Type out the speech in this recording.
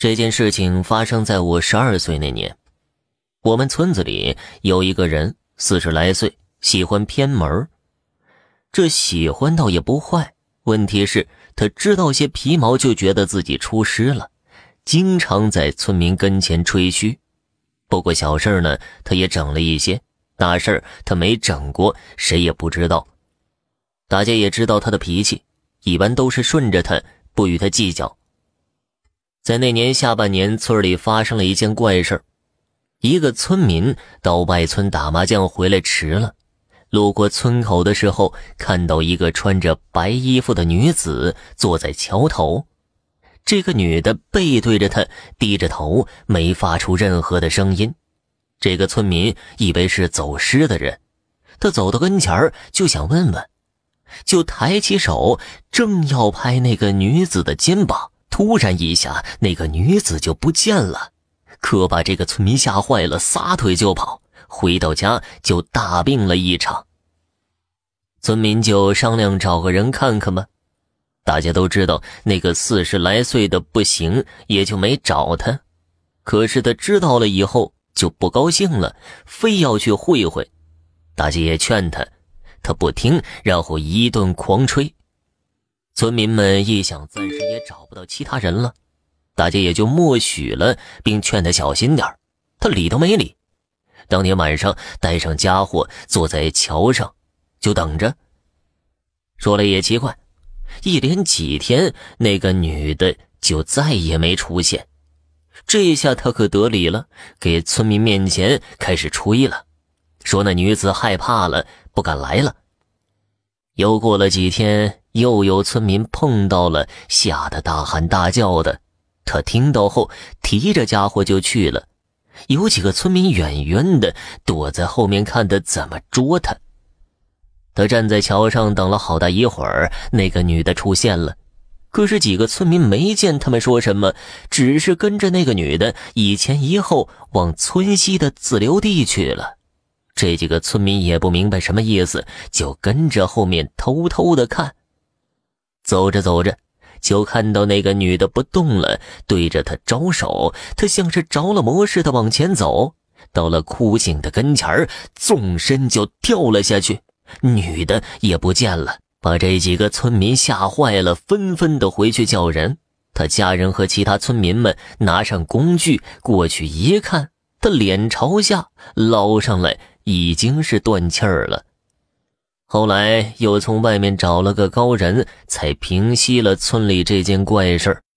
这件事情发生在我12岁那年。我们村子里有一个人40来岁，喜欢偏门。这喜欢倒也不坏，问题是他知道些皮毛就觉得自己出师了，经常在村民跟前吹嘘。不过小事呢，他也整了一些，大事他没整过，谁也不知道。大家也知道他的脾气，一般都是顺着他，不与他计较。在那年下半年，村里发生了一件怪事。一个村民到外村打麻将回来迟了，路过村口的时候，看到一个穿着白衣服的女子坐在桥头。这个女的背对着他，低着头，没发出任何的声音。这个村民以为是走失的人，他走到跟前就想问问，就抬起手正要拍那个女子的肩膀，突然一下那个女子就不见了，可把这个村民吓坏了，撒腿就跑，回到家就大病了一场。村民就商量找个人看看吧。大家都知道那个40来岁的不行，也就没找他。可是他知道了以后就不高兴了，非要去会会。大家也劝他，他不听，然后一顿狂吹。村民们一想暂时也找不到其他人了，大家也就默许了，并劝他小心点，他理都没理。当天晚上带上家伙坐在桥上就等着。说了也奇怪，一连几天那个女的就再也没出现。这下他可得理了，给村民面前开始吹了，说那女子害怕了，不敢来了。又过了几天，又有村民碰到了，吓得大喊大叫的。他听到后提着家伙就去了，有几个村民远远的躲在后面看他怎么捉他。他站在桥上等了好大一会儿，那个女的出现了，可是几个村民没见他们说什么，只是跟着那个女的一前一后往村西的自留地去了。这几个村民也不明白什么意思，就跟着后面偷偷的看。走着走着，就看到那个女的不动了，对着他招手，他像是着了魔似的往前走，到了枯井的跟前，纵身就跳了下去，女的也不见了，把这几个村民吓坏了，纷纷的回去叫人。他家人和其他村民们拿上工具过去一看，他脸朝下捞上来，已经是断气儿了。后来又从外面找了个高人，才平息了村里这件怪事儿。